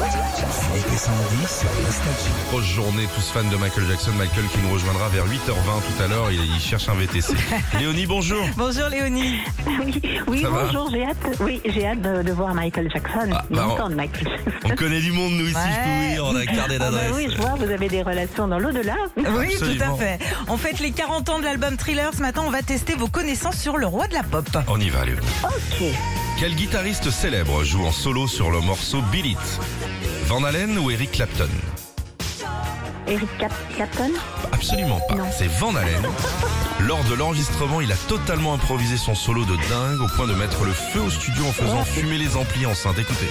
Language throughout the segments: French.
Philippe et Sandy sur Nostalgie. Grosse journée, tous fans de Michael Jackson. Michael qui nous rejoindra vers 8h20 tout à l'heure. Il cherche un VTC. Léonie, bonjour. Bonjour Léonie. Oui, Ça va bonjour, j'ai hâte de voir Michael Jackson. D'entendre Michael Jackson. On connaît du monde, nous, ici, Ouais. je peux vous dire. On a un carnet Ah bah d'adresses. oui, je vois, vous avez des relations dans l'au-delà. Oui, Absolument. tout à fait. On fête les 40 ans de l'album Thriller. Ce matin, on va tester vos connaissances sur le roi de la pop. On y va, Léonie. Ok. Quel guitariste célèbre joue en solo sur le morceau Beat It? Van Halen ou Eric Clapton? Eric Clapton. Absolument pas. Non. C'est Van Halen. Lors de l'enregistrement, il a totalement improvisé son solo de dingue au point de mettre le feu au studio en faisant fumer les amplis enceintes. Écoutez.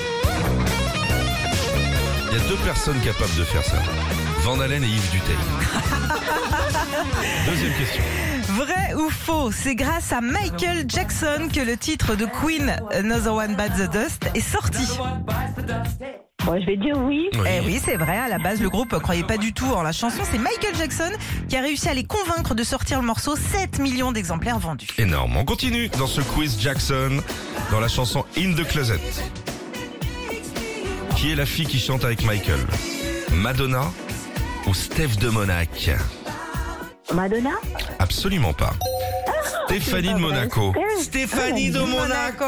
Il y a deux personnes capables de faire ça. Van Halen et Yves Duteil. Deuxième question. Vrai ou faux? C'est grâce à Michael Jackson que le titre de Queen, Another One Bites the Dust, est sorti. Bon, je vais dire oui. Eh oui, c'est vrai. À la base, le groupe croyait pas du tout en la chanson. C'est Michael Jackson qui a réussi à les convaincre de sortir le morceau. 7 millions d'exemplaires vendus. Énorme. On continue dans ce quiz Jackson, dans la chanson In the Closet. Qui est la fille qui chante avec Michael? Madonna ou Steph de Monac? Madonna. Absolument pas. Stéphanie c'est de pas vrai. Monaco. Steph. Stéphanie de Monaco.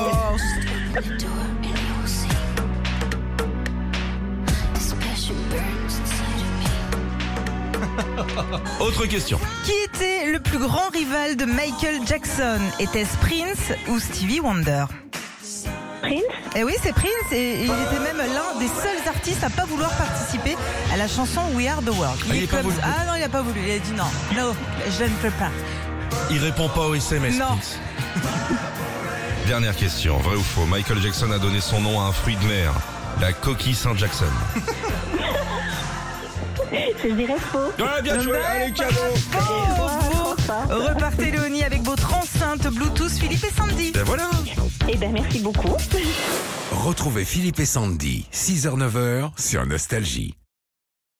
Autre question. Qui était le plus grand rival de Michael Jackson? Était-ce Prince ou Stevie Wonder? Prince. Eh oui, c'est Prince et il était même l'un des seuls artistes à pas vouloir participer à la chanson We Are the World. Il a pas voulu. Ah non, il a pas voulu. Il a dit non, je ne peux pas. Il répond pas au SMS. Non. Prince. Dernière question. Vrai ou faux? Michael Jackson a donné son nom à un fruit de mer. La coquille Saint-Jackson. Je dirais faux. Ouais, bien joué. Allez, cadeau. Vous repartez Léonie avec votre enceinte Bluetooth Philippe et Sandy. Ben voilà. Eh bien, merci beaucoup. Retrouvez Philippe et Sandy, 6h-9h sur Nostalgie.